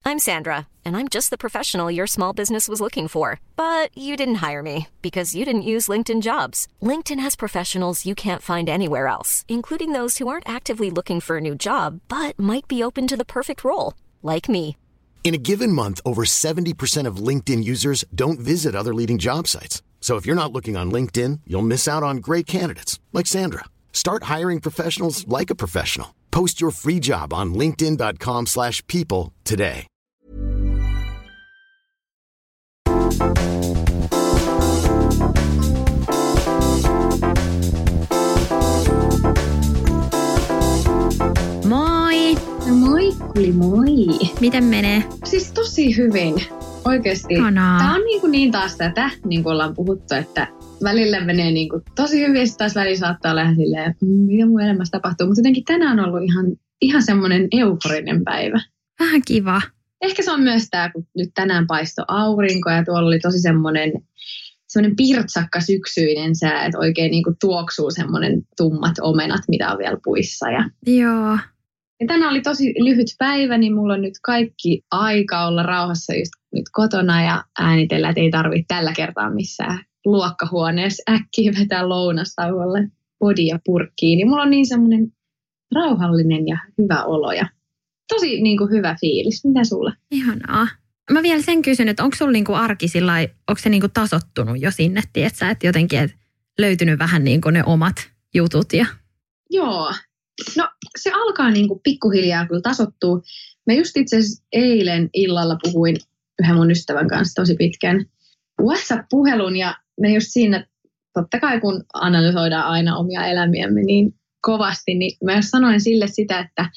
I'm Sandra, and I'm just the professional your small business was looking for. But you didn't hire me because you didn't use LinkedIn Jobs. LinkedIn has professionals you can't find anywhere else, including those who aren't actively looking for a new job, but might be open to the perfect role, like me. In a given month, over 70% of LinkedIn users don't visit other leading job sites. So if you're not looking on LinkedIn, you'll miss out on great candidates like Sandra. Start hiring professionals like a professional. Post your free job on linkedin.com/people today. Moi! No moikkuli moi! Miten menee? Siis tosi hyvin. Oikeesti. Tää on niin taas tätä, niin kuin ollaan puhuttu, että välillä menee niin kuin tosi hyvin, ja taas välillä saattaa olla silleen, mitä mun elämässä tapahtuu. Mutta jotenkin tänään on ollut ihan semmoinen euforinen päivä. Vähän kiva. Ehkä se on myös tää, kun nyt tänään paistoi aurinko, ja tuolla oli tosi semmoinen pirtsakka syksyinen sää, että oikein niin kuin tuoksuu semmoinen tummat omenat, mitä on vielä puissa. Joo. Ja tänään oli tosi lyhyt päivä, niin mulla on nyt kaikki aika olla rauhassa just nyt kotona ja äänitellä, että ei tarvitse tällä kertaa missään luokkahuoneessa äkkiä vetää lounastauolle podia purkkiin. Niin mulla on niin semmoinen rauhallinen ja hyvä olo ja tosi niin kuin hyvä fiilis. Mitä sulla? Ihanaa. Mä vielä sen kysyn, että onko sulla niinku arki sillai, onko se niinku tasottunut jo sinne, tietsä, että jotenkin löytynyt vähän niinku ne omat jutut ja... Joo. No se alkaa niinku pikkuhiljaa kyllä tasottua. Mä just itse asiassa eilen illalla puhuin yhden mun ystävän kanssa tosi pitkän WhatsApp-puhelun ja me just siinä, totta kai kun analysoidaan aina omia elämiämme niin kovasti, niin mä sanoin sille sitä, että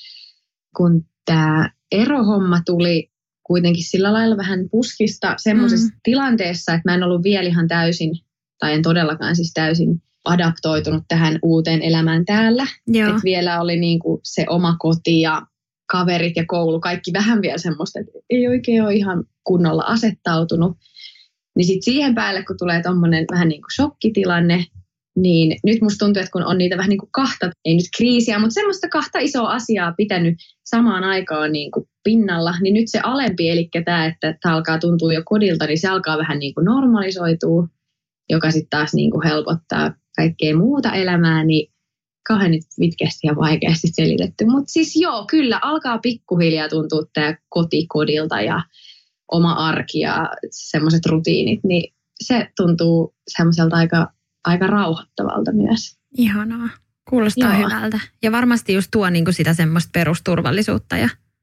kun tämä erohomma tuli kuitenkin sillä lailla vähän puskista semmoisessa tilanteessa, että mä en ollut vielä ihan täysin, tai en todellakaan siis täysin adaptoitunut tähän uuteen elämään täällä. Että vielä oli niinku se oma koti ja kaverit ja koulu, kaikki vähän vielä semmoista, että ei oikein ole ihan kunnolla asettautunut. Niin sitten siihen päälle, kun tulee tommonen vähän niin kuin shokkitilanne, niin nyt musta tuntuu, että kun on niitä vähän niin kuin kahta, ei nyt kriisiä, mutta semmoista kahta isoa asiaa pitänyt samaan aikaan niin kuin pinnalla, niin nyt se alempi, eli tämä, että alkaa tuntua jo kodilta, niin se alkaa vähän niin kuin normalisoitua, joka sitten taas niin kuin helpottaa kaikkea muuta elämää, niin kauhean nyt vitkeästi ja vaikeasti selitetty. Mutta siis joo, kyllä alkaa pikkuhiljaa tuntua tämä koti kodilta ja oma arki ja semmoiset rutiinit, niin se tuntuu semmoiselta aika rauhoittavalta myös. Ihanaa. Kuulostaa hyvältä. Ja varmasti just tuo niinku sitä semmoista perusturvallisuutta.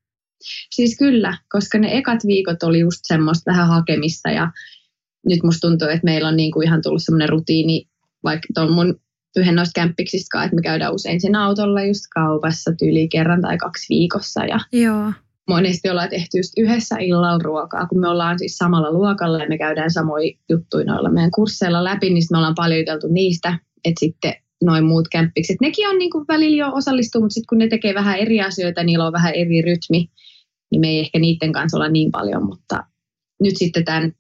Siis kyllä, koska ne ekat viikot oli just semmoista vähän hakemista ja nyt musta tuntuu, että meillä on niinku ihan tullut semmoinen rutiini, vaikka tuon mun yhden noista kämppiksistä, että me käydään usein sen autolla just kaupassa tyyliin kerran tai 2 viikossa. Ja joo. Monesti ollaan tehty just yhdessä illalla ruokaa, kun me ollaan siis samalla luokalla ja me käydään samoja juttuja noilla meidän kursseilla läpi, niin me ollaan paljon juteltu niistä, että sitten noin muut kämppikset, nekin on niin kuin välillä jo osallistunut, mutta sitten kun ne tekee vähän eri asioita, niillä on vähän eri rytmi, niin me ei ehkä niiden kanssa olla niin paljon, mutta nyt sitten tämän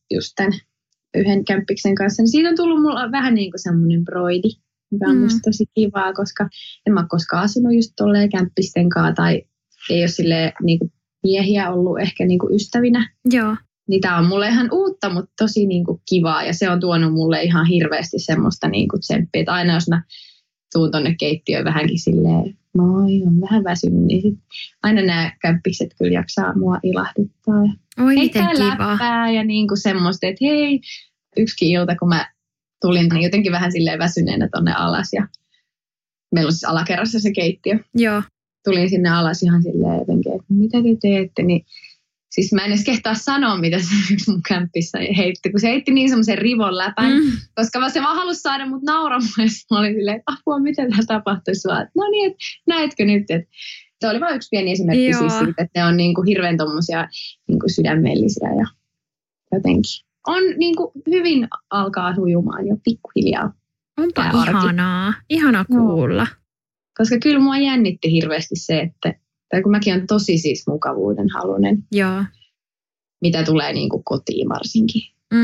yhden kämppiksen kanssa, niin siitä on tullut mulla vähän niin kuin semmoinen broidi, mikä on musta tosi kivaa, koska en mä ole koskaan asunut just tolleen kämppisten kanssa tai ei ole silleen niin kuin miehiä ollut ehkä niin kuin ystävinä. Joo. Niin tää on mulle ihan uutta, mutta tosi niin kuin kivaa ja se on tuonut mulle ihan hirveästi semmoista niin kuin tsemppiä. Että aina jos mä tuun tonne keittiöön vähänkin silleen, moi, on vähän väsynyt, niin sit aina nämä kämppikset kyllä jaksaa mua ilahduttaa. Oi, miten kiva. Läppää ja niin kuin semmoista, että hei, yksikin ilta, kun mä tulin niin jotenkin vähän silleen väsyneenä tonne alas ja meillä on siis alakerrassa se keittiö. Joo. Tulin sinne alas ihan silleen jotenkin, että mitä te teette, niin siis mä en edes kehtaa sanoa, mitä se yksi mun kämppissä heitti, kun se heitti niin semmoisen rivon läpän, koska se vaan halusi saada mut nauramaan, ja mä olin silleen, että apua, miten tämä tapahtuisi vaan, että no niin, että näetkö nyt, että se oli vain yksi pieni esimerkki siis siitä, että ne on niin kuin hirveän tommosia niin kuin sydämellisiä ja jotenkin on niin kuin hyvin alkaa sujumaan jo pikkuhiljaa. Onpa ihanaa kuulla. Koska kyllä mua jännitti hirveästi se, että tai kun mäkin olen tosi siis mukavuuden halunen. Joo. Mitä tulee niin kuin kotiin varsinkin.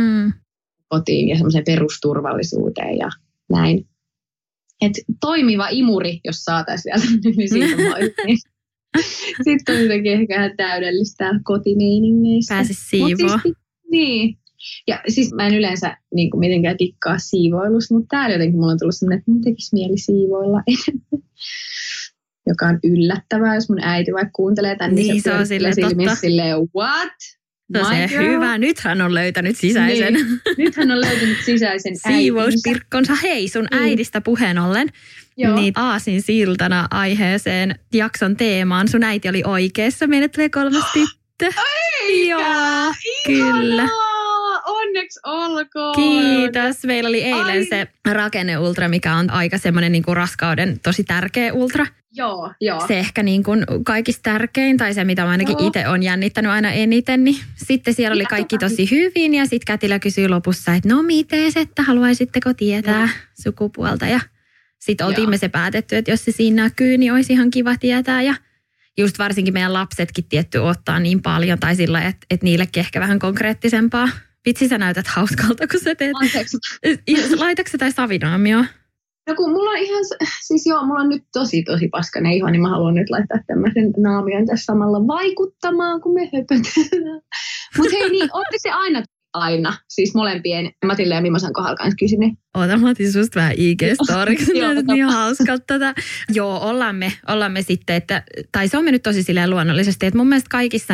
Kotiin ja semmoiseen perusturvallisuuteen ja näin. Et toimiva imuri, jos saataisiin vielä, niin siitä mä olisin. Sitten on jotenkin ehkä ihan täydellistä kotimeiningeissä. Pääsis siivoa. Siis, niin. Ja siis mä en yleensä niin kuin mitenkään tikkaa siivoilusta, mutta täällä jotenkin mulla on tullut sellainen, että mun tekisi mieli siivoilla enemmän. Joka on yllättävää, jos mun äiti vaikka kuuntelee tämän, niin se on silleen, what? No se hyvä, nyt hän on löytänyt sisäisen. Niin. Nyt hän on löytänyt sisäisen siivouspirkkonsa. Hei, sun äidistä puheen ollen. Niin aasin siltana aiheeseen jakson teemaan. Sun äiti oli oikeassa. Meille tulee 3. tyttö. Joo, kyllä. Onneksi olkoon. Kiitos. Meillä oli eilen se rakenneultra, mikä on aika semmoinen niin kuin raskauden tosi tärkeä ultra. Joo. Se ehkä niin kuin kaikista tärkein, tai se mitä mä ainakin itse olen jännittänyt aina eniten, niin sitten siellä oli kaikki tosi hyvin, ja sitten kätilö kysyi lopussa, että no mites, että haluaisitteko tietää sukupuolta, ja sitten oltiin me se päätetty, että jos se siinä näkyy, niin olisi ihan kiva tietää, ja just varsinkin meidän lapsetkin tietty ottaa niin paljon, tai sillä, että niillekin ehkä vähän konkreettisempaa. Vitsi, sä näytät hauskalta, kun sä teet. Anteeksi. Laitatko sä tai savinaamioa? No kun mulla on ihan, siis joo, mulla on nyt tosi paskainen iho, niin mä haluan nyt laittaa tämmöisen naamion tässä samalla vaikuttamaan, kun me höpötellään. Mutta hei niin, ootte se aina, siis molempien Matilda ja Mimosan kohdalla kanssa kysynyt. Oota, mä otin susta vähän IG-storiksi, näytät niin hauskalta tätä. Joo, ollaan me sitten, että, tai se on mennyt tosi silleen luonnollisesti, että mun mielestä kaikissa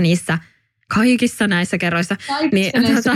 näissä kerroissa niin,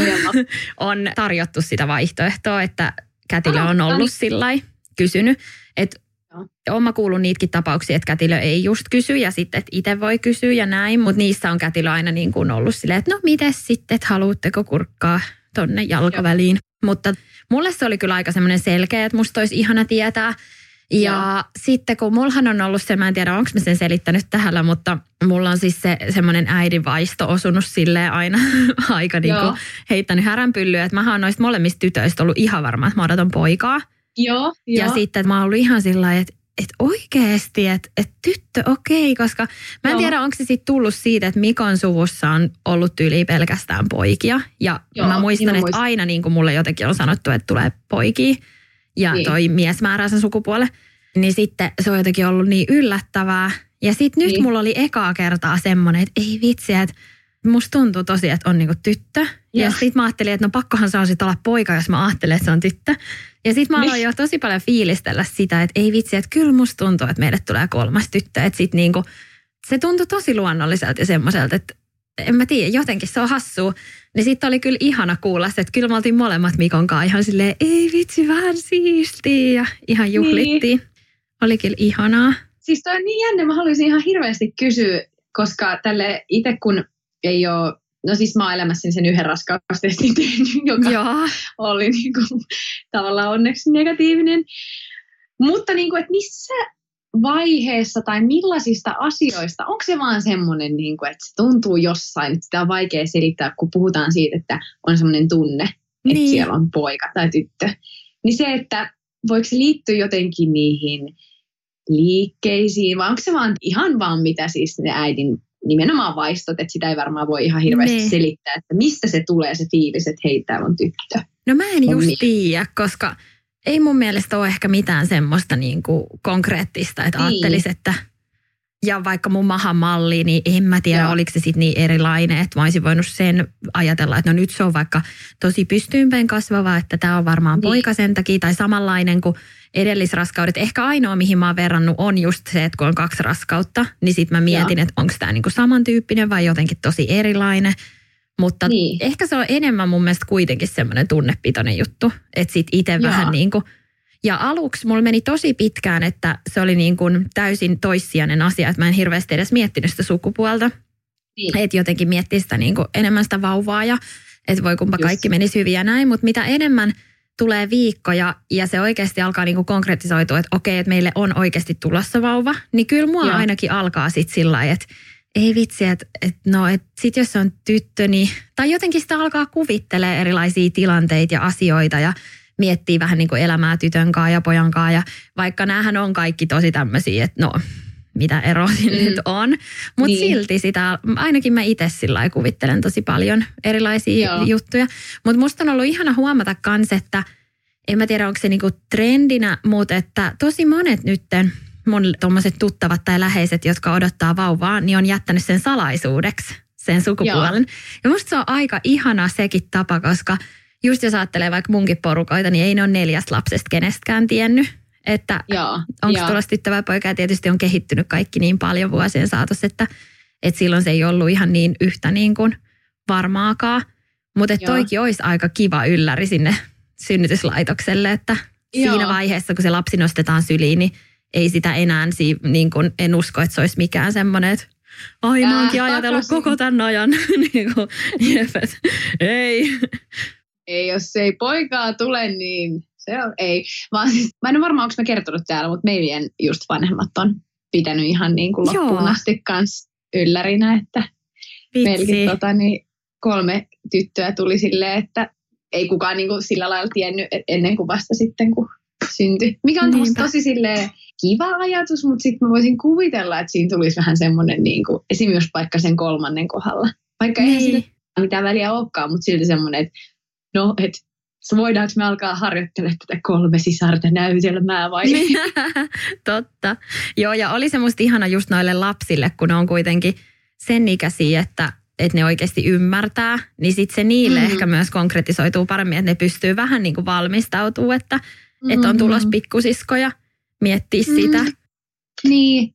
on tarjottu sitä vaihtoehtoa, että kätilö on ollut sillai kysynyt, että olen mä kuullut niitäkin tapauksia, että kätilö ei just kysy ja sitten, että itse voi kysyä ja näin, mutta niissä on kätilö aina niin kuin ollut silleen, että no mites sitten, että haluatteko kurkkaa tonne jalkaväliin. Mutta mulle se oli kyllä aika semmoinen selkeä, että musta olisi ihana tietää. Ja sitten kun mullahan on ollut se, mä en tiedä onko mä sen selittänyt tähän, mutta mulla on siis se semmoinen äidinvaisto osunut silleen aina aika niin kuin heittänyt häränpyllyä, että mä oon noista molemmista tytöistä ollut ihan varma, että mä odotan poikaa. Joo. Ja sitten että mä oon ollut ihan sillä lailla, että oikeasti, että tyttö okei, koska mä en tiedä, onko se sitten tullut siitä, että Mikon suvussa on ollut tyyliä pelkästään poikia. Ja mä muistan, että aina niin kuin mulle jotenkin on sanottu, että tulee poikia ja toi mies määrää sen sukupuolen. Niin sitten se on jotenkin ollut niin yllättävää. Ja sitten nyt mulla oli ekaa kertaa semmoinen, että ei vitsi, että musta tuntuu tosi, että on niinku tyttö. Ja sitten mä ajattelin, että no pakkohan se on sit olla poika, jos mä ajattelen, että se on tyttö. Ja sitten mä aloin jo tosi paljon fiilistellä sitä, että ei vitsi, että kyllä musta tuntuu, että meille tulee 3. tyttö. Että sitten niinku, se tuntui tosi luonnolliselta ja semmoiselta, että en mä tiedä, jotenkin se on hassua. Niin sitten oli kyllä ihana kuulla se, että kyllä me oltiin molemmat Mikon kanssa ihan silleen, ei vitsi, vähän siistiä ja ihan juhlittiin. Niin. Oli kyllä ihanaa. Siis toi on niin jännä, mä haluaisin ihan hirveästi kysyä, koska tälle itse kun ei ole, no siis mä oon elämässäni sen yhden raskaustestin tehnyt, joka oli niinku tavallaan onneksi negatiivinen. Mutta niinku, että missä vaiheessa tai millaisista asioista, onko se vaan semmoinen, niinku, että se tuntuu jossain, että sitä on vaikea selittää, kun puhutaan siitä, että on semmoinen tunne, että siellä on poika tai tyttö. Niin se, että voiko se liittyä jotenkin niihin liikkeisiin, vai onko se vaan ihan vaan mitä siis ne äidin nimenomaan vaistot, että sitä ei varmaan voi ihan hirveästi selittää, että mistä se tulee se fiilis, että hei, täällä on tyttö. No mä en just tiedä, koska ei mun mielestä ole ehkä mitään semmoista niinku konkreettista, että ajattelisi, että ja vaikka mun mahan malli, niin en mä tiedä, oliko se sitten niin erilainen, että mä olisin voinut sen ajatella, että no nyt se on vaikka tosi pystyynpäin kasvava, että tää on varmaan poika sen takia, tai samanlainen kuin edellisraskaudet. Ehkä ainoa, mihin mä oon verrannut, on just se, että kun on 2 raskautta, niin sit mä mietin, että onko tää niinku samantyyppinen vai jotenkin tosi erilainen. Mutta ehkä se on enemmän mun mielestä kuitenkin semmoinen tunnepitoinen juttu, että sit itse vähän niin kuin. Ja aluksi mulla meni tosi pitkään, että se oli niin kuin täysin toissijainen asia, että mä en hirveästi edes miettinyt sitä sukupuolta. Että jotenkin miettii sitä niin kuin enemmän sitä vauvaa ja että voi kumpa kaikki menisi hyvin ja näin. Mutta mitä enemmän tulee viikkoja ja se oikeasti alkaa niin kuin konkretisoitua, että okei, että meille on oikeasti tulossa vauva, niin kyllä mua ainakin alkaa sitten sillä lailla, että ei vitsi, että sit jos se on tyttö, niin tai jotenkin sitä alkaa kuvittelemaan erilaisia tilanteita ja asioita ja miettii vähän niin kuin elämää tytön kanssa ja pojan kanssa. Ja vaikka näähän on kaikki tosi tämmöisiä, että no, mitä eroa siinä nyt on. Mutta silti sitä, ainakin mä itse sillä lailla kuvittelen tosi paljon erilaisia juttuja. Mutta musta on ollut ihana huomata kans, että en mä tiedä onko se niinku trendinä, mutta että tosi monet nytten, mun tommoset tuttavat tai läheiset, jotka odottaa vauvaa, niin on jättänyt sen salaisuudeksi, sen sukupuolen. Joo. Ja musta se on aika ihana sekin tapa, koska just jos ajattelee vaikka munkin porukoita, niin ei ne ole 4 lapsesta kenestäkään tiennyt. Että onko tulossa tyttö vai poika, ja tietysti on kehittynyt kaikki niin paljon vuosien saatossa, että silloin se ei ollut ihan niin yhtä niin kuin varmaakaan. Mutta toikin olisi aika kiva ylläri sinne synnytyslaitokselle, että siinä vaiheessa, kun se lapsi nostetaan syliin, niin ei sitä enää, niin kuin, en usko, että se olisi mikään semmoinen, että mä oonkin ajatellut koko tämän ajan. Niin kuin, ei. Ei, jos ei poikaa tule, niin se on, ei. Vaan siis, mä en ole varma, onko mä kertonut täällä, mutta meidän just vanhemmat on pitänyt ihan niin kuin loppuun asti kanssa yllärinä, että meilläkin 3 tyttöä tuli silleen, että ei kukaan niin kuin sillä lailla tiennyt ennen kuin vasta sitten, kun syntyi. Mikä on tosi silleen kiva ajatus, mutta sitten mä voisin kuvitella, että siinä tulisi vähän semmoinen niin kuin, esimerkiksi vaikka sen 3. kohdalla. Vaikka eihän sillä mitään väliä olekaan, mutta silti semmoinen, että no, että voidaanko me alkaa harjoittelemaan tätä 3 sisarta näytelmää vai? Totta. Joo, ja oli se musta ihana just noille lapsille, kun ne on kuitenkin sen ikäisiä, että ne oikeasti ymmärtää, niin sitten se niille ehkä myös konkretisoituu paremmin, että ne pystyy vähän niin kuin valmistautumaan, että on tulos pikkusiskoja, miettiä sitä. Niin.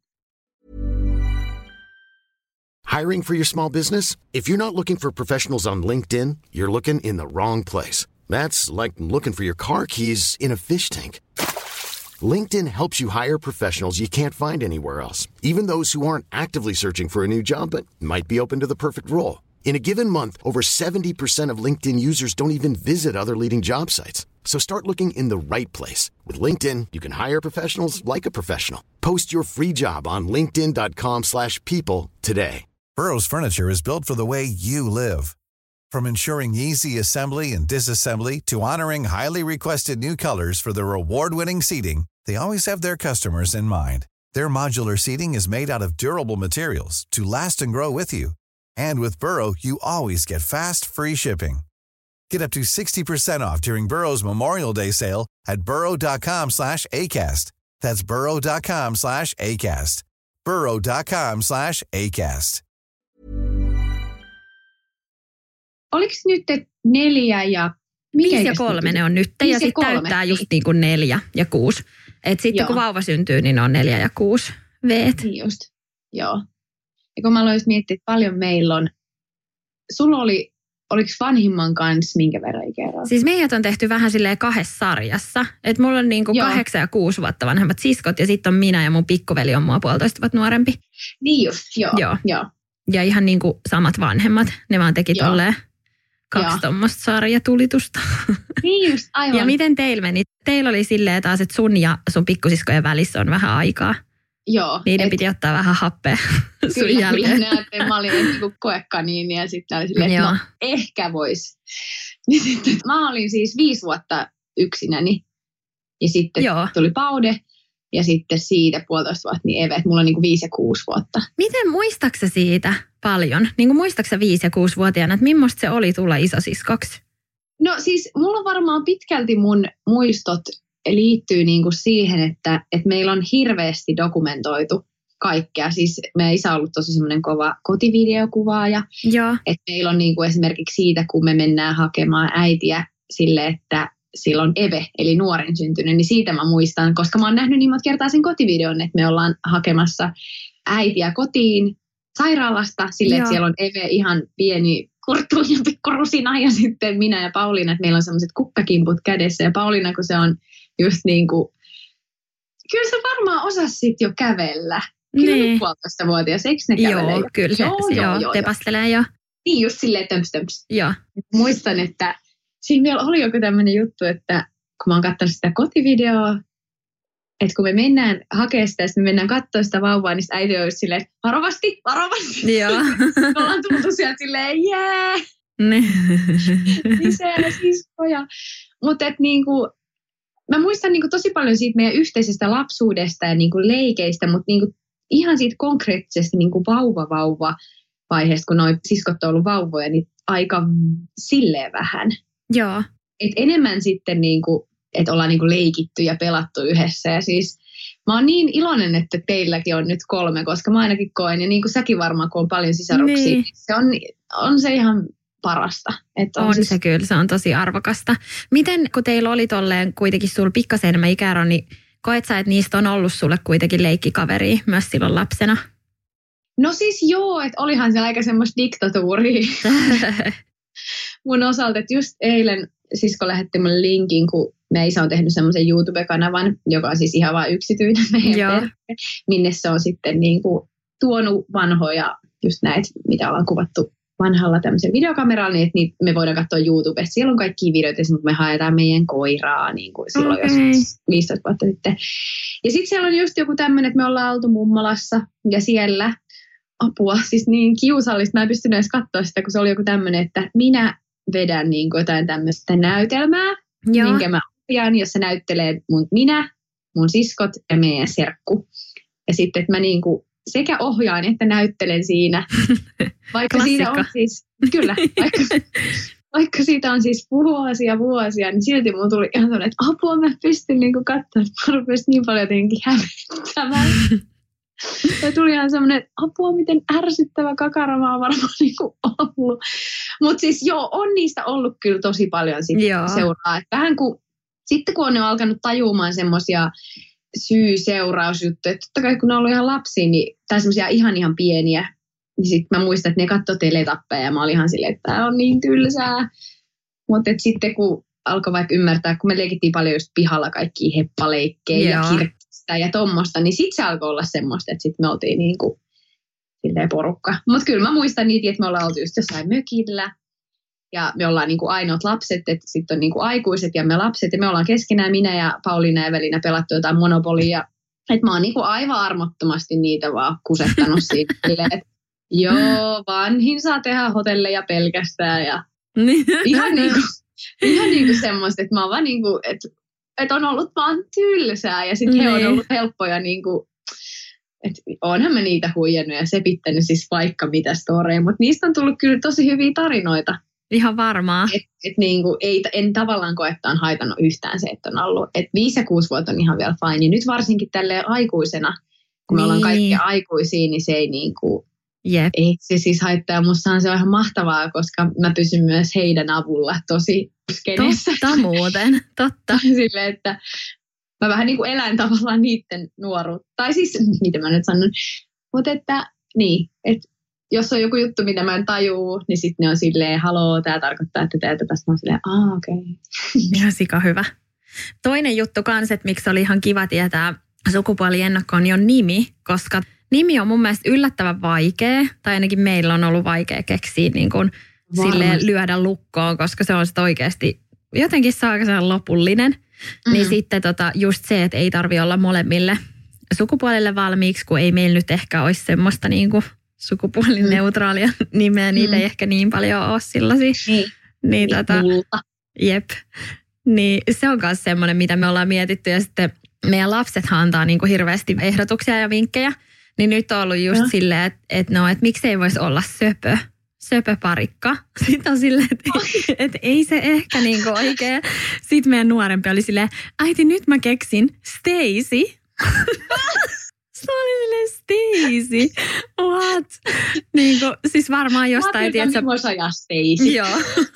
Hiring for your small business? If you're not looking for professionals on LinkedIn, you're looking in the wrong place. That's like looking for your car keys in a fish tank. LinkedIn helps you hire professionals you can't find anywhere else, even those who aren't actively searching for a new job but might be open to the perfect role. In a given month, over 70% of LinkedIn users don't even visit other leading job sites. So start looking in the right place. With LinkedIn, you can hire professionals like a professional. Post your free job on linkedin.com/people today. Burrow's furniture is built for the way you live. From ensuring easy assembly and disassembly to honoring highly requested new colors for their award-winning seating, they always have their customers in mind. Their modular seating is made out of durable materials to last and grow with you. And with Burrow, you always get fast, free shipping. Get up to 60% off during Burrow's Memorial Day sale at burrow.com/ACAST. That's burrow.com/ACAST. burrow.com/ACAST. Oliko nyt 4 ja... 5 ja 3 ne on nyt, ja sitten täyttää just niin kuin 4 ja 6. Että sitten kun vauva syntyy, niin on 4 ja 6 veet. Niin just, joo. Ja kun mä aloin miettiä, että paljon meillä on... Sulla oliko vanhimman kanssa minkä verran ikäeroa? Siis meidät on tehty vähän silleen 2 sarjassa. Että mulla on niin kuin 8 ja 6 vuotta vanhemmat siskot, ja sitten on minä ja mun pikkuveli on mua 1,5 vuotta nuorempi. Niin just, joo. Ja ihan niin kuin samat vanhemmat. Ne vaan teki tolleen 2 tommoista sarjatulitusta. Niin just, aivan. Ja miten teillä meni? Teillä oli silleen taas, että sun ja sun pikkusiskojen välissä on vähän aikaa. Joo. Niiden piti ottaa vähän happea sun jälkeen. Kyllä, mä olin niin koekaniini ja sitten oli silleen, että no ehkä vois. Niin sitten, mä olin siis 5 vuotta yksinäni ja sitten tuli Paude ja sitten siitä 1,5 vuotta niin Eve, että mulla on niin kuin 5 ja 6 vuotta. Miten muistaksä siitä paljon? Niin kuin muistaksä 5- ja 6-vuotiaana, että millaista se oli tulla isosiskoksi? No siis mulla on varmaan pitkälti mun muistot liittyy niin kuin siihen, että meillä on hirveästi dokumentoitu kaikkea. Siis meidän isä on ollut tosi semmoinen kova kotivideokuvaaja. Joo. Että meillä on niin kuin esimerkiksi siitä, kun me mennään hakemaan äitiä sille, että silloin Eve, eli nuorin syntynyt, niin siitä mä muistan, koska mä oon nähnyt niin monta kertaa sen kotivideon, että me ollaan hakemassa äitiä kotiin sairaalasta sille, että siellä on Eve ihan pieni kurttu ja pikkurusina ja sitten minä ja Pauliina, että meillä on sellaiset kukkakimput kädessä ja Pauliina, kun se on just niin kuin, kyllä se varmaan osasi sitten jo kävellä. Kyllä niin. 1,5-vuotias, eikö ne kävele? Joo, kyllä se tepastelee jo. Niin, just silleen töms. Joo. Muistan, että siinä vielä oli joku tämmöinen juttu, että kun mä oon katsonut sitä kotivideoa, että kun me mennään hakemaan sitä, me mennään katsoa sitä vauvaa, niin äiti on silleen, varovasti. Joo. Me ollaan tultu sieltä silleen, Lisää siskoja. Mutta niinku, mä muistan niinku tosi paljon siitä meidän yhteisestä lapsuudesta ja niinku leikeistä, mutta niinku ihan siitä konkreettisesti niinku vauva-vaiheesta, kun noi siskot on ollut vauvoja, niin aika silleen vähän. Joo. Et enemmän sitten niinku, että ollaan niinku leikitty ja pelattu yhdessä. Ja siis mä oon niin iloinen, että teilläkin on nyt 3, koska mä ainakin koen, ja niin kuin säkin varmaan, kun on paljon sisaruksia, niin se on se ihan parasta. Että on siis... se kyllä, se on tosi arvokasta. Miten, kun teillä oli tolleen kuitenkin sulla pikkasen enemmän ikäero, niin koet sä, että niistä on ollut sulle kuitenkin leikkikaveria myös silloin lapsena? No siis joo, että olihan se aika semmoista diktatuuria mun osalta, että just eilen sisko lähetti mulle linkin, kun meidän isä on tehnyt semmoisen YouTube-kanavan, joka on siis ihan vain yksityinen meidän perhe, minne se on sitten niin kuin tuonut vanhoja, just näitä, mitä ollaan kuvattu vanhalla tämmöisen videokameralla, niin että me voidaan katsoa YouTubesta. Siellä on kaikkia videoita, kun me haetaan meidän koiraa, niin kuin silloin jos 15 vuotta sitten. Ja sitten siellä on just joku tämmöinen, että me ollaan oltu mummolassa, ja siellä apua, siis niin kiusallista. Mä en pystynyt edes katsoa sitä, kun se oli joku tämmöinen, että minä vedän niin kuin jotain tämmöistä näytelmää, minkä mä ohjaan, jossa näyttelee minä, mun siskot ja meidän serkku. Ja sitten, että mä niin kuin sekä ohjaan että näyttelen siinä, vaikka siitä on siis, kyllä, vaikka siitä on siis vuosia, niin silti mulla tuli ihan sellainen, että apua mä pystyn niin kuin katsoa, että mä rupesin niin paljon jotenkin hävettämään. Ja tuli ihan semmoinen, että apua, miten ärsyttävä kakara mä oon varmaan niin kuin ollut. Mutta siis joo, on niistä ollut kyllä tosi paljon seuraa. Että vähän kuin, sitten kun on jo alkanut tajumaan semmoisia syy-seurausjuttuja, että totta kai kun ne on ollut ihan lapsia, niin, tai semmoisia ihan pieniä, niin sitten mä muistan, että ne katsoi teletappeja ja mä olin ihan silleen, että tää on niin tylsää. Mutta sitten kun alkoi vaikka ymmärtää, kun me leikittiin paljon just pihalla kaikkia heppaleikkejä ja kirkkistä ja tommosta, niin sitten se alkoi olla semmoista, että sitten me oltiin niin kuin silleen porukka. Mutta kyllä mä muistan niitä, että me ollaan oltu just jossain mökillä ja me ollaan niin kuin ainoat lapset, että sitten on niin kuin aikuiset ja me lapset ja me ollaan keskenään, minä ja Pauliina ja Evelina pelattu jotain Monopolia. Että mä oon niin kuin aivan armottomasti niitä vaan kusettanut siitä silleen, että joo, vanhin saa tehdä hotelleja pelkästään ja ihan niin kuin semmoista, että mä oon vaan niin kuin, että on ollut vaan tylsää ja sitten he on ollut helppoja niin kuin, että oonhan mä niitä huijannut ja sepittänyt siis vaikka mitä storeja, mutta niistä on tullut kyllä tosi hyviä tarinoita. Ihan varmaa. Et niin kuin, en tavallaan koe, että on haitannut yhtään se, että on ollut, että 5 ja 6 vuotta on ihan vielä fine. Ja nyt varsinkin tälleen aikuisena, kun me ollaan kaikki aikuisia, niin se ei niin kuin, ei se siis haittaa. Musta se on ihan mahtavaa, koska mä pysyn myös heidän avulla tosi skenessä. Totta muuten, totta. Silleen, että mä vähän niin kuin elän tavallaan niiden nuoruutta. Tai siis, mitä mä nyt sanon, mutta että niin, että jos on joku juttu, mitä mä en tajuu, niin sitten ne on silleen, haloo, tää tarkoittaa, että tätä tästä. Mä oon silleen, okei. Ihan sika hyvä. Toinen juttu kans, että miksi oli ihan kiva tietää sukupuoliennakkoon, niin on nimi, koska nimi on mun mielestä yllättävän vaikea, tai ainakin meillä on ollut vaikea keksiä niin kuin silleen lyödä lukkoon, koska se on sitten oikeasti jotenkin se on aika lopullinen. Niin sitten just se, että ei tarvitse olla molemmille sukupuolille valmiiksi, kun ei meillä nyt ehkä olisi semmoista niin kuin sukupuolineutraalia nimeä, niitä ei ehkä niin paljon ole sellaisia. Niin jep. Niin se on myös semmoinen, mitä me ollaan mietitty ja sitten meidän lapsethan antaa niin kuin hirveästi ehdotuksia ja vinkkejä. Niin nyt on ollut just silleen, että miksei voisi olla söpöparikka. Sitten on silleen, että ei se ehkä niin kuin oikein. Sitten meidän nuorempi oli silleen, äiti nyt mä keksin Stacy. Se oli silleen Stacy. What? Niin kuin, siis varmaan jostain, tiedätkö? Mä osaa Stacy. Joo.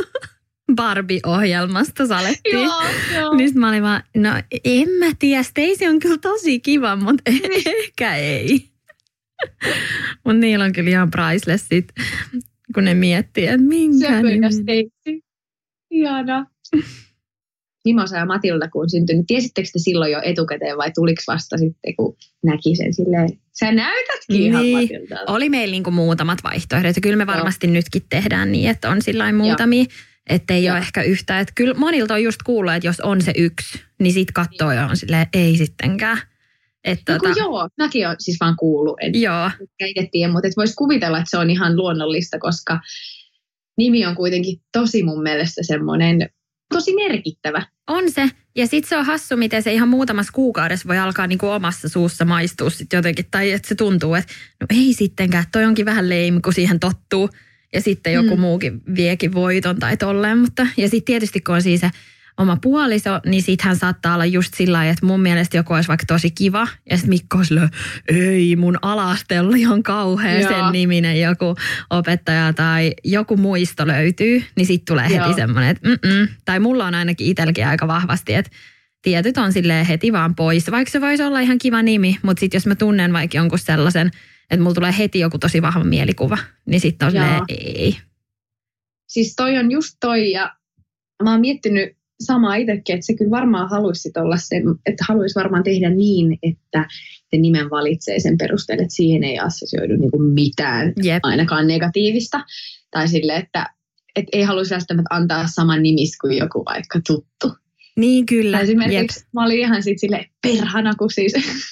Barbie-ohjelmasta salettiin. Joo. Niin mä olin vaan, no en mä tiedä, Stacy on kyllä tosi kiva, mutta ehkä ei. Mutta niillä on kyllä ihan priceless sit, kun ne miettii, että minkä nimen. Stacy. Ihana. Mimosa ja Matilda, kun syntyi, niin tiesittekö te silloin jo etukäteen vai tuliko vasta sitten, kun näki sen silleen, sä näytätkin ihan Matildalta. Oli meillä niinku muutamat vaihtoehdot ja kyllä me varmasti nytkin tehdään niin, että on sillain muutamia, ettei ole ehkä yhtä. Että kyllä monilta on just kuullut, että jos on se yksi, niin sit katsoo ja on silleen, ei sittenkään. Joo, mäkin olen siis vaan kuullut. Joo. Itse tiedä, mutta voisi kuvitella, että se on ihan luonnollista, koska nimi on kuitenkin tosi mun mielestä semmoinen tosi merkittävä. On se. Ja sitten se on hassu, miten se ihan muutamassa kuukaudessa voi alkaa niinku omassa suussa maistua sitten jotenkin. Tai että se tuntuu, että no ei sittenkään, että toi onkin vähän lame, kun siihen tottuu. Ja sitten joku muukin viekin voiton tai tolleen. Ja sitten tietysti kun on siis se oma puoliso, niin sittenhän saattaa olla just sillä lailla, että mun mielestä joku olisi vaikka tosi kiva. Ja sitten Mikko on silleen, ei mun ala-asteella oli ihan kauhean sen niminen joku opettaja tai joku muisto löytyy. Niin sitten tulee heti semmoinen, että Tai mulla on ainakin itselläkin aika vahvasti, että tietyt on silleen heti vaan pois. Vaikka se voisi olla ihan kiva nimi, mutta sitten jos mä tunnen vaikka jonkun sellaisen, että mulla tulee heti joku tosi vahva mielikuva, niin sitten on silleen, ei. Siis toi on just toi, ja mä oon miettinyt samaa itsekin, että se kyllä varmaan haluaisi olla sen, että haluaisi varmaan tehdä niin, että se nimen valitsee sen perusteella, että siihen ei assosioidu niinku mitään, ainakaan negatiivista. Tai silleen, että ei haluaisi välttämättä antaa saman nimis kuin joku vaikka tuttu. Niin kyllä. Esimerkiksi mä olin ihan sitten silleen perhana, kun siis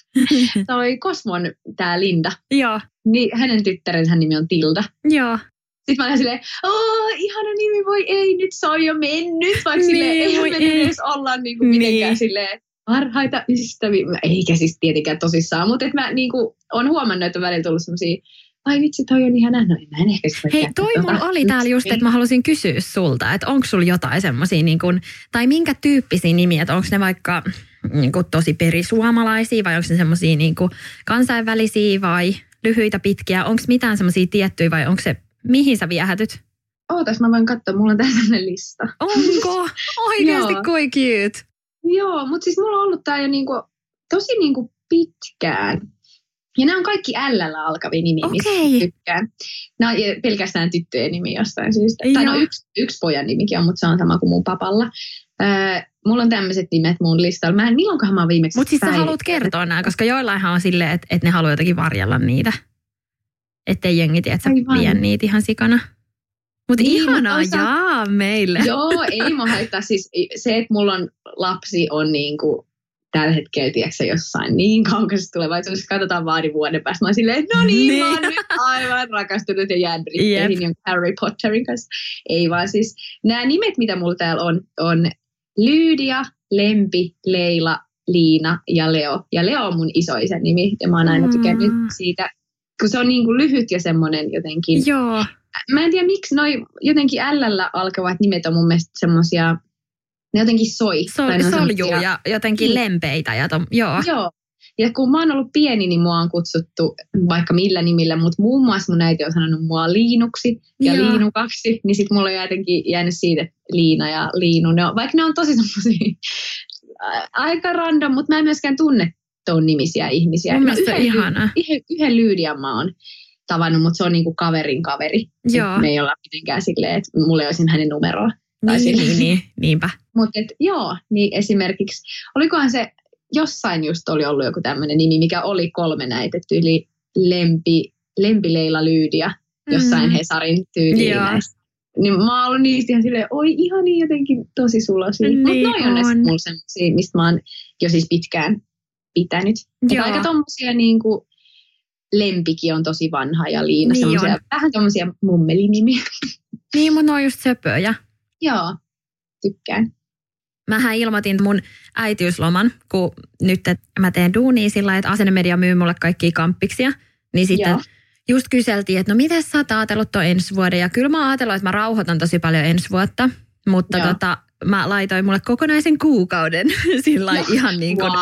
toi Cosmon tää Linda. Joo. Niin hänen tyttärensä nimi on Tilda. Joo. Sitten mä olin silleen, ihana nimi, voi ei, nyt se on jo mennyt. Vaikka silleen, eihän me edes olla niinku mitenkään silleen parhaita ystäviä. Eikä siis tietenkään tosissaan, mutta että mä niinku on huomannut, että on välillä tullut semmosia, ai vitsi, toi on ihan nähnyt. Mä en ehkä sitä Hei, toi mulla oli täällä just, että mä halusin kysyä sulta, että onko sulla jotain semmosia niin kuin, tai minkä tyyppisiä nimiä, että onko ne vaikka niin kuin tosi perisuomalaisia vai onko ne semmosia niin kuin kansainvälisiä vai lyhyitä pitkiä, onko mitään semmosia tiettyjä vai onko se, mihin sä viehätyt? Ootas, mä voin katsoa, mulla on tää sellainen lista. Onko? Oikeasti kuin cute. Joo, mutta siis mulla on ollut tää jo niinku, tosi niinku pitkään. Ja nämä on kaikki L:llä alkavia nimiä, mistä tykkään. Nämä on pelkästään tyttöjen nimi jostain syystä. Tai no yksi pojan nimikin on, mutta se on sama kuin mun papalla. Mulla on tämmöiset nimet mun listalla. Milloinkohan mä oon viimeksi Mutta siis sä haluat kertoa nämä, koska joillainhan on silleen, että ne haluaa jotenkin varjella niitä. Ettei jengi tiedä, että sä vien niitä ihan sikana. Mutta niin, ihanaa, jaa meille. Joo, ei mä haittaa. Siis se, että mulla on lapsi on niinku tällä hetkellä, tiedätkö jossain niin kaukaisessa tulevaisuudessa, katsotaan vaan vuoden päästä. Mä oon silleen, no niin, mä oon nyt aivan rakastunut ja jäänyt ritteihin Harry Potterin kanssa. Ei vaan siis, nämä nimet, mitä mulla täällä on Lydia, Lempi, Leila, Liina ja Leo. Ja Leo on mun isoisen nimi, ja mä oon aina tykännyt siitä, kun se on niin kuin lyhyt ja semmoinen jotenkin. Joo. Mä en tiedä, miksi noi jotenkin L:llä alkavat nimet on mun mielestä semmosia, ne jotenkin soljuu ja jotenkin lempeitä. Joo. Ja kun mä oon ollut pieni, niin mua on kutsuttu vaikka millä nimillä, mutta muun muassa mun äiti on sanonut mua Liinuksi ja Liinukaksi, niin sit mulla on jotenkin jäänyt siitä Liina ja Liinu. Vaikka ne on tosi semmosia aika random, mutta mä en myöskään tunne ton nimisiä ihmisiä. Mun mielestä ihanaa. Yhden Lyydian mä oon tavannut, mutta se on niinku kaverin kaveri. Me ei olla mitenkään silleen, että mulla ei olisi hänen numeroa. Niinpä. Mutta niin esimerkiksi, olikohan se, jossain just oli ollut joku tämmöinen nimi, mikä oli 3 näitetty, eli Lempi Leila Lyydia, jossain Hesarin tyyliin näistä. Niin mä oon ollut niistä ihan silleen, oi ihan niin jotenkin tosi sulosia. Niin mutta noi on ne mulla semmosia, mistä mä oon jo siis pitkään pitänyt. Että aika tommosia niinku, Lempikin on tosi vanha ja Liina niin semmoisia, vähän tommosia mummelinimiä. Niin, mutta ne on just söpöjä. Joo, tykkään. Mähän ilmoitin mun äitiysloman, kun nyt mä teen duunia sillä, että Asennemedia myy mulle kaikkia kamppiksia. Niin sitten just kyseltiin, että no miten sä oot ajatellut ton ensi vuoden? Ja kyllä mä oon ajatellut, että mä rauhoitan tosi paljon ensi vuotta. Mutta mä laitoin mulle kokonaisen kuukauden sillä ihan niin kuin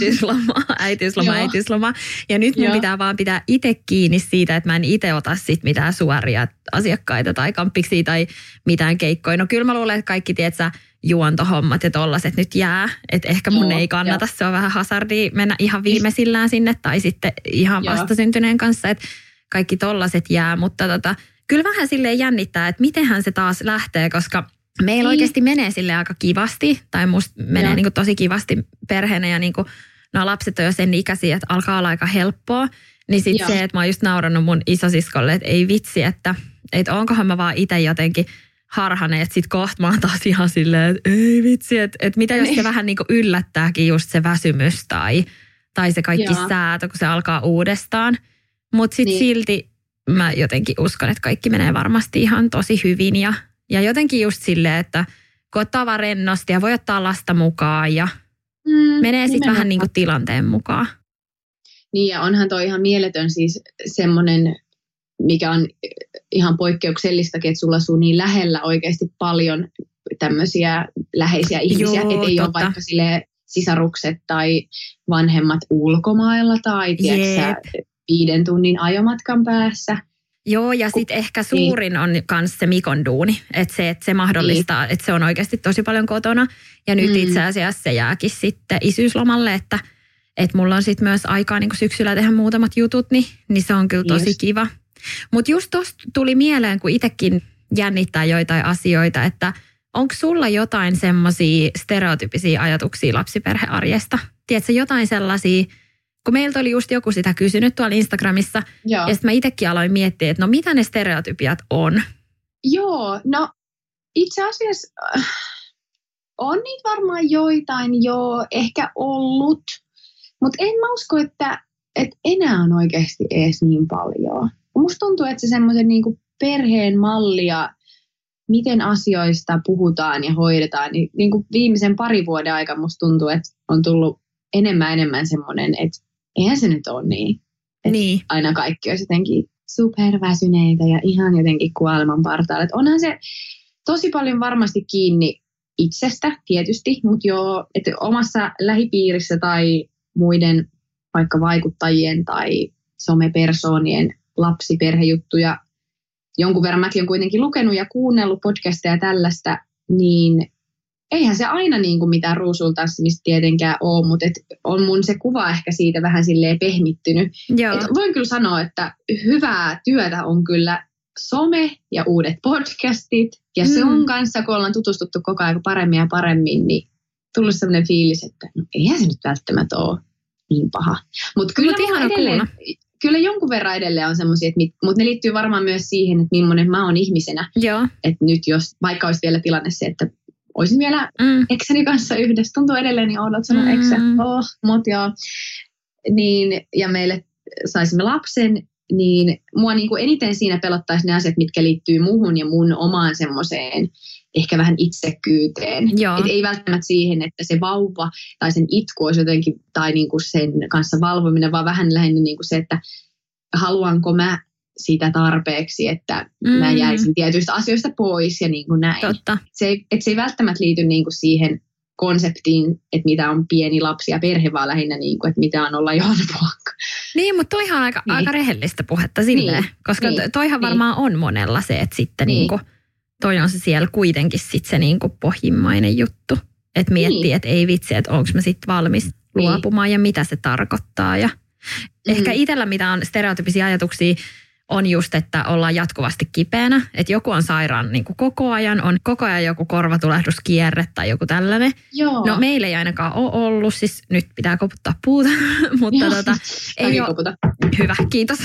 äitiysloma. Ja nyt mun pitää vaan pitää itse kiinni siitä, että mä en itse ota sit mitään suoria asiakkaita tai kamppiksia tai mitään keikkoja. No kyllä mä luulen, että kaikki tietsä juontohommat ja tollaset nyt jää. Että ehkä mun ei kannata, se on vähän hazardia mennä ihan viimeisillään sinne tai sitten ihan vastasyntyneen kanssa, että kaikki tollaset jää. Mutta kyllä vähän silleen jännittää, että mitenhän se taas lähtee, koska meillä oikeasti menee sille aika kivasti, tai musta menee niin kuin tosi kivasti perheenä, ja niin kuin, lapset on jo sen ikäisiä, että alkaa olla aika helppoa. Niin sitten se, että mä oon just naurannut mun isosiskolle, että ei vitsi, että onkohan mä vaan itse jotenkin harhanen, että sit kohta mä oon taas ihan silleen, että ei vitsi, että mitä jos se vähän niin kuin yllättääkin just se väsymys tai se kaikki säätö, kun se alkaa uudestaan. Mutta sitten silti mä jotenkin uskon, että kaikki menee varmasti ihan tosi hyvin ja jotenkin just silleen, että kun ottaa vaan rennosti ja voi ottaa lasta mukaan ja menee sitten vähän niin kuin tilanteen mukaan. Niin ja onhan toi ihan mieletön siis semmoinen, mikä on ihan poikkeuksellistakin, että sulla asuu niin lähellä oikeasti paljon tämmöisiä läheisiä ihmisiä, että ei ole vaikka silleen sisarukset tai vanhemmat ulkomailla tai tiedätkö, 5 tunnin ajomatkan päässä. Joo, ja sitten ehkä suurin on myös se Mikon duuni, että se mahdollistaa, että se on oikeasti tosi paljon kotona. Ja nyt itse asiassa se jääkin sitten isyyslomalle, että mulla on sitten myös aikaa niin syksyllä tehdä muutamat jutut, niin se on kyllä tosi kiva. Mutta just tuosta tuli mieleen, kun itsekin jännittää joitain asioita, että onko sulla jotain semmoisia stereotypisiä ajatuksia lapsiperhearjesta? Tiedätkö jotain sellaisia, kun meiltä oli just joku sitä kysynyt tuolla Instagramissa, ja sitten mä itsekin aloin miettiä, että no mitä ne stereotypiat on? Joo, no itse asiassa on niitä varmaan joitain jo ehkä ollut, mutta en mä usko, että enää on oikeasti edes niin paljon. Musta tuntuu, että se semmoisen niinku perheen malli ja miten asioista puhutaan ja hoidetaan, niin kuin viimeisen 2 vuoden aikana musta tuntuu, että on tullut enemmän semmoinen, että eihän se nyt ole niin. Niin. Aina kaikki olisi jotenkin superväsyneitä ja ihan jotenkin kuoleman partaalla. Onhan se tosi paljon varmasti kiinni itsestä tietysti, mutta joo, että omassa lähipiirissä tai muiden vaikka vaikuttajien tai somepersoonien lapsiperhejuttuja, jonkun verran mäkin olen kuitenkin lukenut ja kuunnellut podcasteja ja tällaista, niin eihän se aina niin kuin mitään ruusultanssimista tietenkään ole, mutta on mun se kuva ehkä siitä vähän silleen pehmittynyt. Voin kyllä sanoa, että hyvää työtä on kyllä some ja uudet podcastit. Ja sun kanssa, kun ollaan tutustuttu koko ajan paremmin ja paremmin, niin tullut sellainen fiilis, että no, eihän se nyt välttämättä ole niin paha. Mutta kyllä jonkun verran edelleen on semmoisia, mutta ne liittyy varmaan myös siihen, että millainen mä oon ihmisenä. Että nyt jos vaikka olisi vielä tilanne se, että olisin vielä eksäni kanssa yhdessä, tuntuu edelleen niin oudolta sanoa eksä, niin, ja meille saisimme lapsen, niin mua niin kuin eniten siinä pelottaisi ne asiat, mitkä liittyy muuhun ja mun omaan semmoiseen ehkä vähän itsekkyyteen. Et ei välttämättä siihen, että se vauva tai sen itku olisi jotenkin, tai niin kuin sen kanssa valvominen, vaan vähän lähinnä niin kuin se, että haluanko mä sitä tarpeeksi, että mä jäisin tietyistä asioista pois ja niin kuin näin. Totta. Se ei välttämättä liity niin kuin siihen konseptiin, että mitä on pieni lapsi ja perhe, vaan lähinnä niin kuin, että mitä on olla johonpuolakka. Niin, mutta toihan on aika rehellistä puhetta silleen, koska toihan varmaan on monella se, että sitten niin kuin, toi on se siellä kuitenkin sitten se niin kuin pohjimmainen juttu. Että miettii, että ei vitsi, että onko mä sitten valmis luopumaan ja mitä se tarkoittaa. Ja ehkä itsellä mitä on stereotypisia ajatuksia, on just, että ollaan jatkuvasti kipeänä, että joku on sairaan niin kuin koko ajan, on koko ajan joku korvatulehduskierre tai joku tällainen. Joo. No meillä ei ainakaan ole ollut, siis nyt pitää koputtaa puuta, mutta ei ole. Hyvä, kiitos.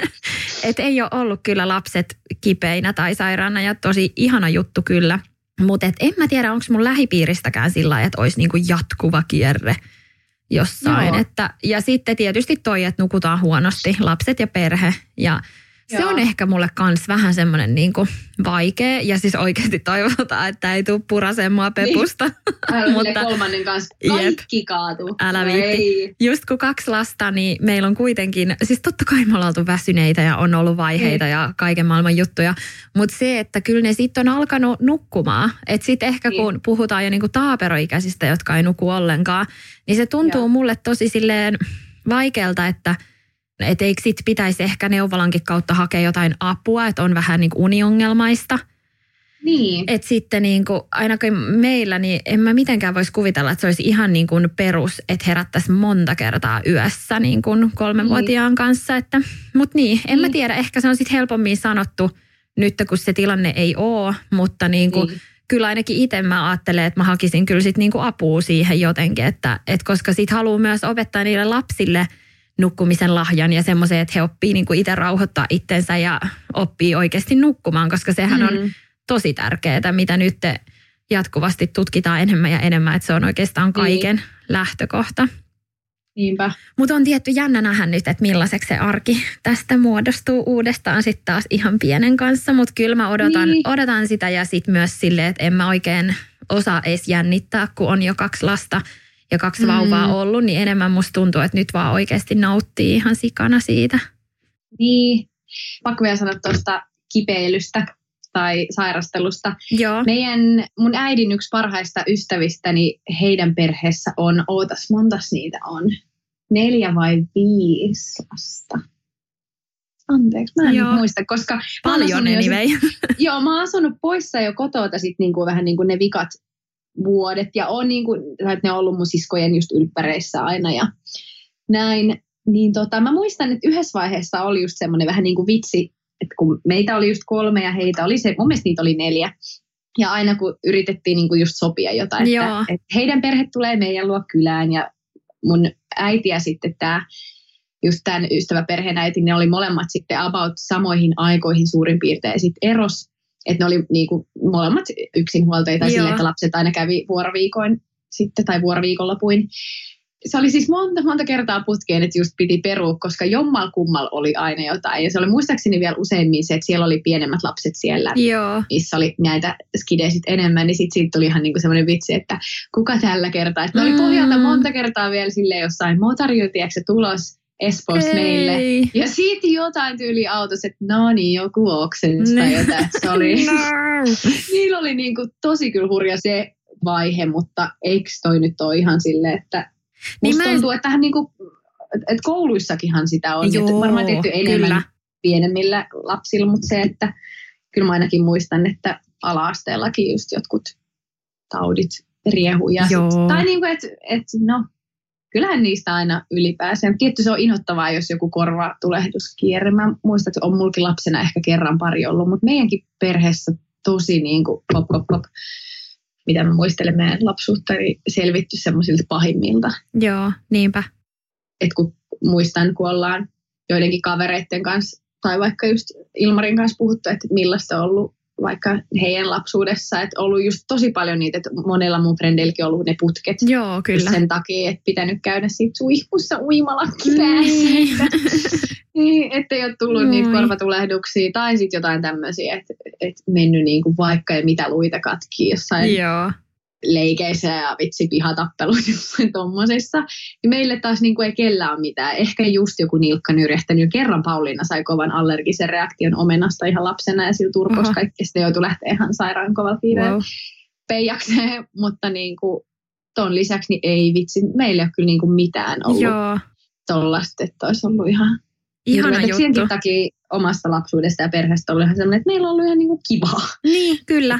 Että ei ole ollut kyllä lapset kipeinä tai sairaana ja tosi ihana juttu kyllä. Mutta en mä tiedä, onko mun lähipiiristäkään sillä lailla, että olisi niin kuin jatkuva kierre jossain. Ja sitten tietysti toi, että nukutaan huonosti, lapset ja perhe ja se on ehkä mulle kans vähän semmoinen niinku vaikea ja siis oikeasti toivotaan, että ei tule puraseen mua pepusta. Mutta 3. kanssa kaikki kaatuu. Älä viitti. Just kun 2 lasta, niin meillä on kuitenkin, siis totta kai me ollaan oltu väsyneitä ja on ollut vaiheita ja kaiken maailman juttuja. Mutta se, että kyllä ne sitten on alkanut nukkumaan. Että sitten ehkä kun puhutaan jo niinku taaperoikäisistä, jotka ei nuku ollenkaan, niin se tuntuu mulle tosi silleen vaikealta, että eikö sit pitäisi ehkä neuvolankin kautta hakea jotain apua, että on vähän niin kuin uniongelmaista. Niin. Että sitten niin kuin, ainakin meillä, niin en mä mitenkään voisi kuvitella, että se olisi ihan niin kuin perus, että herättäisi monta kertaa yössä niin kuin 3-vuotiaan kanssa. Mutta en mä tiedä, ehkä se on sitten helpommin sanottu nyt, kun se tilanne ei ole, mutta niin kuin, kyllä ainakin itse mä ajattelen, että mä hakisin kyllä sitten niin kuin apua siihen jotenkin, että koska sitten haluaa myös opettaa niille lapsille nukkumisen lahjan ja semmoisen, että he oppii niin kuin itse rauhoittaa itsensä ja oppii oikeasti nukkumaan, koska sehän on tosi tärkeää, mitä nyt jatkuvasti tutkitaan enemmän ja enemmän, että se on oikeastaan kaiken lähtökohta. Niinpä. Mutta on tietty jännä nähdä nyt, että millaiseksi se arki tästä muodostuu uudestaan sitten taas ihan pienen kanssa, mutta kyllä mä odotan sitä ja sitten myös silleen, että en mä oikein osaa edes jännittää, kun on jo 2 lasta ja 2 vauvaa ollut, niin enemmän musta tuntuu, että nyt vaan oikeasti nauttii ihan sikana siitä. Niin, pakko vielä sanoa tuosta kipeilystä, tai sairastelusta. Joo. Mun äidin yksi parhaista ystävistäni, heidän perheessä on, montas niitä on? 4 vai 5 lasta? Anteeksi, mä en nyt muista, koska... Paljon anyway. Joo, mä oon asunut poissa jo kotoa sit niinku vähän niinku ne vikat vuodet. Ja on niinku, että ne on ollut mun siskojen just ylppäreissä aina ja näin. Niin mä muistan, että yhdessä vaiheessa oli just semmoinen vähän niin kuin vitsi, että kun meitä oli just 3 ja heitä oli mun mielestä niitä oli 4. Ja aina kun yritettiin niin kuin just sopia jotain, että heidän perhe tulee meidän luo kylään ja mun äiti ja sitten just tämän ystäväperheen äiti, ne oli molemmat sitten about samoihin aikoihin suurin piirtein sitten eros. Että ne oli niin kuin molemmat yksinhuoltajia sille, että lapset aina kävi vuoroviikoin sitten tai vuoroviikonlopuin. Se oli siis monta kertaa putkeen, että just piti perua, koska jommal kummal oli aina jotain. Ja se oli muistaakseni vielä useimmin se, että siellä oli pienemmät lapset siellä, missä oli näitä skidejä enemmän. Niin sitten siitä tuli ihan niinku semmoinen vitsi, että kuka tällä kertaa. Että ne oli pohjalta monta kertaa vielä silleen jossain motarjoitiaksi tulos Espoossa meille. Ja siitä jotain tyyli autossa, että no niin, joku oksensi tai jotain. Se oli, niillä oli niinku tosi kyllä hurja se vaihe, mutta eikö toi nyt ole ihan silleen, että musta tuntuu, että tähän niinku, että kouluissakinhan sitä on. Joo, varmaan tehty enemmän pienemmillä lapsilla, mutta se, että kyllä mä ainakin muistan, että ala-asteellakin just jotkut taudit riehuu. Tai niinku, että no, kyllähän niistä aina ylipääsee. Tietty se on inhottavaa, jos joku korvatulehduskierre. Mä muistan, että on mulkin lapsena ehkä kerran pari ollut, mutta meidänkin perheessä tosi niinku pop. Mitä mä muistelen meidän lapsuutta, niin selvitty semmoisilta pahimmilta. Joo, niinpä. Et kun muistan, kun ollaan joidenkin kavereiden kanssa, tai vaikka just Ilmarin kanssa puhuttu, että millaista on ollut vaikka heidän lapsuudessa, että ollut just tosi paljon niitä, että monella mun frendeilläkin on ollut ne putket. Joo, kyllä. Sen takia, että pitänyt käydä siitä suihkussa uimalakki päässä. Niin, ettei ole tullut niitä korvatulehduksia tai sitten jotain tämmöisiä, että mennyt niinku vaikka ja mitä luita katkii jossain leikeissä ja vitsi pihatappeluissa jossain tommosissa. Ja meille taas niinku ei kellään ole mitään. Ehkä just joku nilkka nyrjähtänyt. Kerran Pauliina sai kovan allergisen reaktion omenasta ihan lapsena ja sillä turpos kaikki. Sitten joutui lähteä ihan sairaan kovalla kiireen peijakseen. Mutta niinku ton lisäksi niin ei vitsi. Meillä ei ole kyllä niinku mitään ollut tollaista, että olisi ollut ihana juttu. Senkin takia omasta lapsuudesta ja perheestä on ollut ihan sellainen, että meillä on ollut ihan niinku kivaa. Niin, kyllä.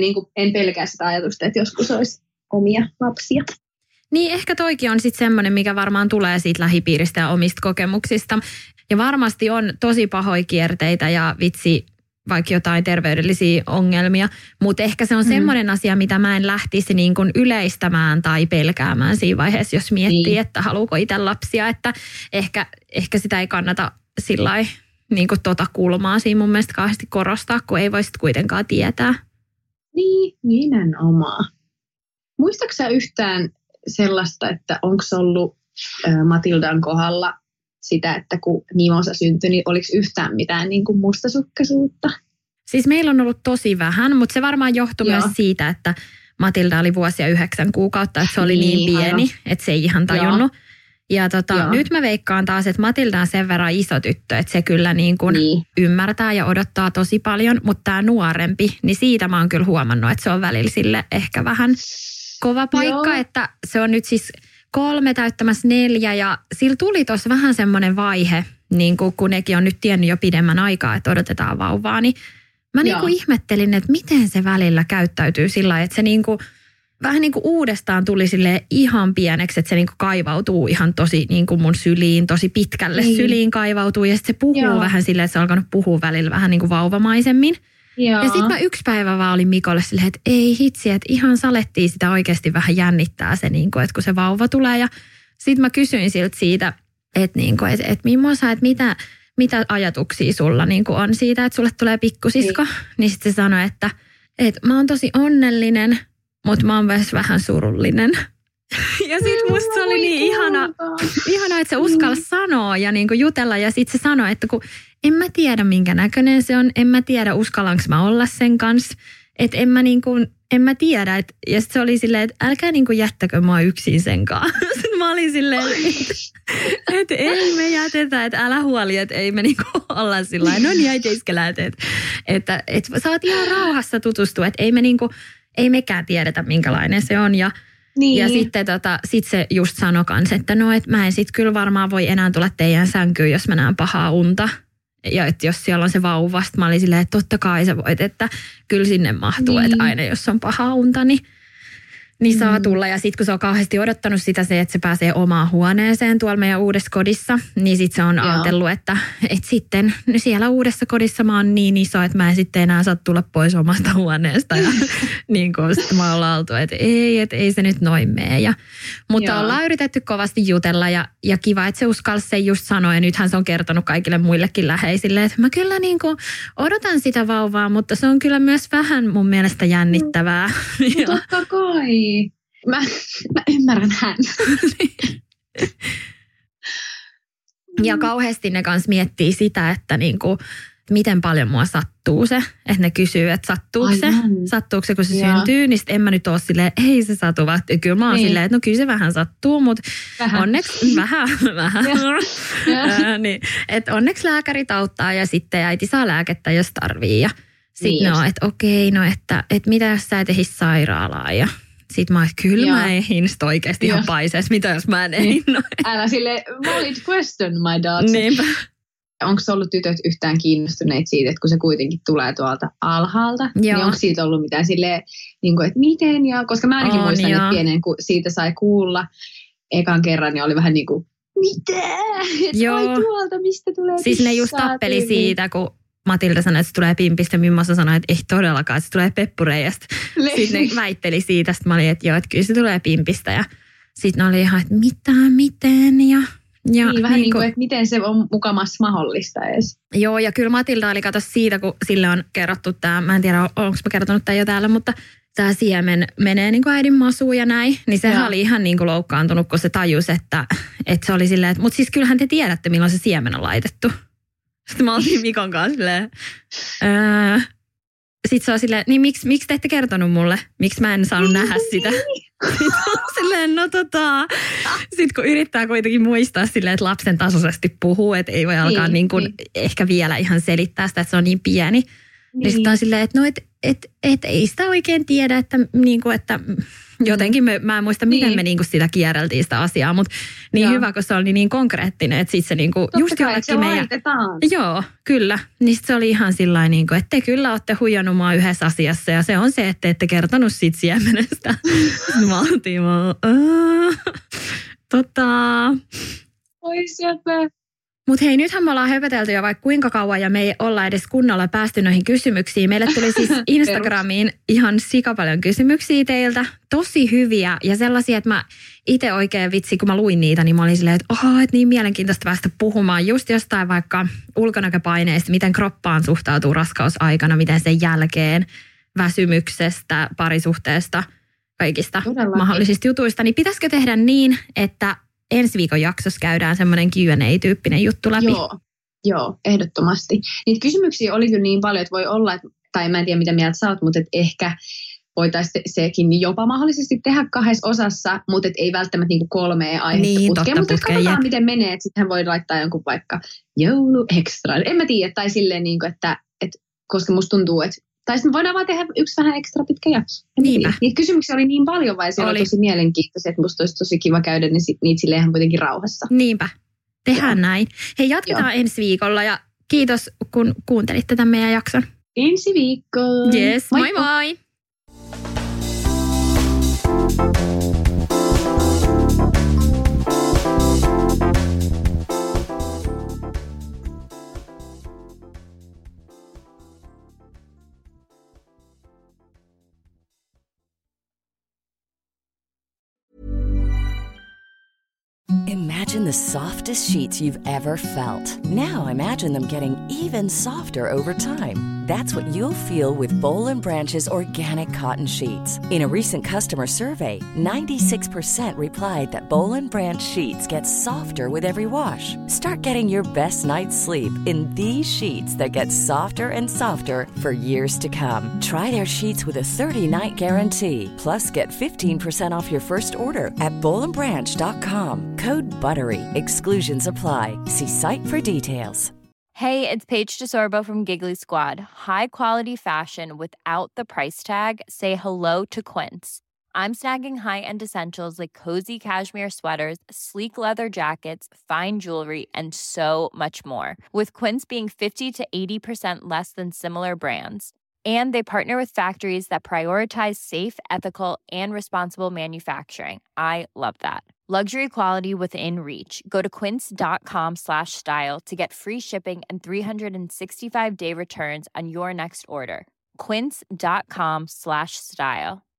En pelkää sitä ajatusta, että joskus olisi omia lapsia. Niin, ehkä toikin on sitten semmoinen, mikä varmaan tulee siitä lähipiiristä ja omista kokemuksista. Ja varmasti on tosi pahoja kierteitä ja vitsi, vaikka jotain terveydellisiä ongelmia. Mutta ehkä se on semmoinen asia, mitä mä en lähtisi niin kuin yleistämään tai pelkäämään siinä vaiheessa, jos miettii, että haluuko itse lapsia. Että ehkä sitä ei kannata sillai niin kuin kulmaa siinä mun mielestä kauheasti korostaa, kun ei voi sitten kuitenkaan tietää. Niin, nimenomaan. Muistatko sä yhtään sellaista, että onko ollut Matildan kohdalla sitä, että kun Mimosa syntyi, niin oliko yhtään mitään niin kuin mustasukkaisuutta? Siis meillä on ollut tosi vähän, mutta se varmaan johtui myös siitä, että Matilda oli vuosia 9 kuukautta, että se oli niin pieni, että se ei ihan tajunnut. Ja nyt mä veikkaan taas, että Matilda on sen verran iso tyttö, että se kyllä niin kuin ymmärtää ja odottaa tosi paljon, mutta tämä nuorempi, niin siitä mä oon kyllä huomannut, että se on välillä sille ehkä vähän kova paikka, että se on nyt siis 3 täyttämässä 4 ja sillä tuli tuossa vähän semmoinen vaihe, niin kun nekin on nyt tiennyt jo pidemmän aikaa, että odotetaan vauvaa, niin mä niin kuin ihmettelin, että miten se välillä käyttäytyy sillä lailla, että se niin kuin vähän niin kuin uudestaan tuli silleen ihan pieneksi, että se niin kuin kaivautuu ihan tosi niin kuin mun syliin, tosi pitkälle syliin kaivautuu ja sitten se puhuu vähän silleen, että se on alkanut puhua välillä vähän niin kuin vauvamaisemmin. Ja sitten mä yksi päivä vaan olin Mikolle silleen, että ei hitsi, että ihan salettiin sitä oikeasti vähän jännittää se, niin kuin, että kun se vauva tulee. Ja sitten mä kysyin siltä siitä, että, niin kuin, että Mimosa, että mitä ajatuksia sulla niin kuin on siitä, että sulle tulee pikkusisko. Niin sitten se sanoi, että mä oon tosi onnellinen, mutta mä oon myös vähän surullinen. Ja sitten musta se oli niin ihana, että se uskalsi sanoa ja niin kuin jutella. Ja sitten se sanoi, että kun en mä tiedä minkä näköinen se on, en mä tiedä uskallanko mä olla sen kanssa. että en mä tiedä. Ja sitten se oli silleen, että älkää niinku jättäkö mua yksin senkaan. Sitten mä olin silleen, että ei me jätetä, että älä huoli, että ei me niinku olla sillä lailla. No niin, äiti iskelät, että saat ihan rauhassa tutustua, että ei mekään tiedetä minkälainen se on. Ja sitten sit se just sanoi kans, että no, että mä en sit kyllä varmaan voi enää tulla teidän sänkyyn, jos mä näen pahaa unta. Ja että jos siellä on se vauvasta, mä olin silleen, että totta kai sä voit, että kyllä sinne mahtuu, että aina jos on pahaa unta, niin saa tulla. Ja sitten kun se on kauheasti odottanut sitä se, että se pääsee omaan huoneeseen tuolla meidän uudessa kodissa, niin sitten se on ajatellut, että sitten siellä uudessa kodissa mä oon niin iso, että mä en sitten enää saa tulla pois omasta huoneesta. Ja niin kuin sitten mä ollaan oltu, että ei se nyt noin mene. Mutta ollaan yritetty kovasti jutella ja kiva, että se uskalsi sen just sanoa. Ja nythän se on kertonut kaikille muillekin läheisille, että mä kyllä niin kuin odotan sitä vauvaa, mutta se on kyllä myös vähän mun mielestä jännittävää. Totta kai. Mä ymmärrän hän. Ja kauheasti ne kanssa miettii sitä, että niinku, miten paljon mua sattuu se. Että ne kysyy, että sattuuko se kun se syntyy. Niin sitten en mä nyt ole silleen, ei se satu. Kyllä mä oon silleen, että no kyllä se vähän sattuu, mutta onneksi vähän. Niin, että onneksi lääkärit auttaa ja sitten äiti saa lääkettä, jos tarvii. Ja sitten ne on, että okei, no että mitä jos sä et ehdi sairaalaan ja... Sitten mä oon, kyllä mä ehdin sit oikeasti ihan paiseessa. Mitä jos mä en ehdin? Älä sille valid question, my daughter. Niinpä. Onko ollut tytöt yhtään kiinnostuneet siitä, että kun se kuitenkin tulee tuolta alhaalta, niin onko siitä ollut mitään silleen, niin kuin, että miten? Ja, koska mä ainakin muistan, että pienen, kun siitä sai kuulla ekan kerran, niin oli vähän niin kuin, mitä? Ai tuolta, mistä tulee siis ne just tappeli siitä, kun Matilda sanoi, että se tulee pimpistä. Mimmossa sanoi, että ei todellakaan, että se tulee peppureijasta. Sitten ne väitteli siitä. Sitten mä olin, että joo, että kyllä se tulee pimpistä. Ja sitten ne oli ihan, että miten. Ja niin, vähän niin kuin, että miten se on mukamassa mahdollista edes. Joo, ja kyllä Matilda oli kato siitä, kun sille on kerrottu tämä, mä en tiedä, onko mä kertonut tämän jo täällä, mutta tämä siemen menee niin kuin äidin masuun ja näin. Niin sehän oli ihan niin kuin loukkaantunut, kun se tajusi, että se oli silleen, mutta siis kyllähän te tiedätte, milloin se siemen on laitettu. Sitten mä oltiin Mikon kanssa silleen, sitten se on silleen, niin miksi te ette kertonut mulle? Miksi mä en saanut nähdä sitä? Sitten silleen, sitten kun yrittää kuitenkin muistaa silleen, että lapsen tasoisesti puhuu, että ei voi alkaa niin kuin ehkä vielä ihan selittää sitä, että se on niin pieni. Niin sitten on silleen, että no, et ei sitä oikein tiedä, että niinku, että jotenkin mä en muista, miten me niinku sitä kierreltiin sitä asiaa, mutta niin hyvä, kun se oli niin konkreettinen, että sitten se niinku just jollekin meidän... Joo, kyllä. Niin se oli ihan sillain niinku, että te kyllä olette huijannut mua yhdessä asiassa ja se on se, että ette kertonut siitä siemenestä. Mä oltiin Oi sieltä. Mutta hei, nythän me ollaan höpötelty jo vaikka kuinka kauan ja me ei olla edes kunnolla päästy noihin kysymyksiin. Meille tuli siis Instagramiin ihan sikapaljon kysymyksiä teiltä. Tosi hyviä ja sellaisia, että mä itse oikein vitsi, kun mä luin niitä, niin mä olin silleen, että että niin mielenkiintoista päästä puhumaan just jostain vaikka ulkonäköpaineista, miten kroppaan suhtautuu raskausaikana, miten sen jälkeen, väsymyksestä, parisuhteesta, kaikista mahdollisista jutuista. Niin pitäisikö tehdä niin, että ensi viikon jaksossa käydään semmoinen Q&A-tyyppinen juttu läpi? Joo, ehdottomasti. Niitä kysymyksiä oli kyllä niin paljon, että voi olla, tai mä en tiedä mitä mieltä sä oot, mutta ehkä voitaisiin sekin jopa mahdollisesti tehdä 2 osassa, mutta ei välttämättä niinku 3 aihetta putkeen. Mutta katsotaan miten menee, että sittenhän voi laittaa jonkun vaikka jouluekstra. En mä tiedä, tai silleen, niinku, että koska musta tuntuu, että tai sitten me voidaan vaan tehdä yksi vähän ekstra pitkä jakso. Niitä kysymyksiä oli niin paljon, vai se oli tosi mielenkiintoisia, että musta olisi tosi kiva käydä niitä silleen ihan kuitenkin rauhassa. Niinpä. Tehdään näin. Hei, jatketaan ensi viikolla ja kiitos, kun kuuntelitte tämän meidän jakson. Ensi viikkoon. Yes, moi moi. Imagine the softest sheets you've ever felt. Now imagine them getting even softer over time. That's what you'll feel with Bowl and Branch's organic cotton sheets. In a recent customer survey, 96% replied that Bowl and Branch sheets get softer with every wash. Start getting your best night's sleep in these sheets that get softer and softer for years to come. Try their sheets with a 30-night guarantee. Plus, get 15% off your first order at bowlandbranch.com. Code BUTTERY. Exclusions apply. See site for details. Hey, it's Paige DeSorbo from Giggly Squad. High quality fashion without the price tag. Say hello to Quince. I'm snagging high-end essentials like cozy cashmere sweaters, sleek leather jackets, fine jewelry, and so much more. With Quince being 50 to 80% less than similar brands. And they partner with factories that prioritize safe, ethical, and responsible manufacturing. I love that. Luxury quality within reach. Go to quince.com/style to get free shipping and 365-day returns on your next order. Quince.com/style.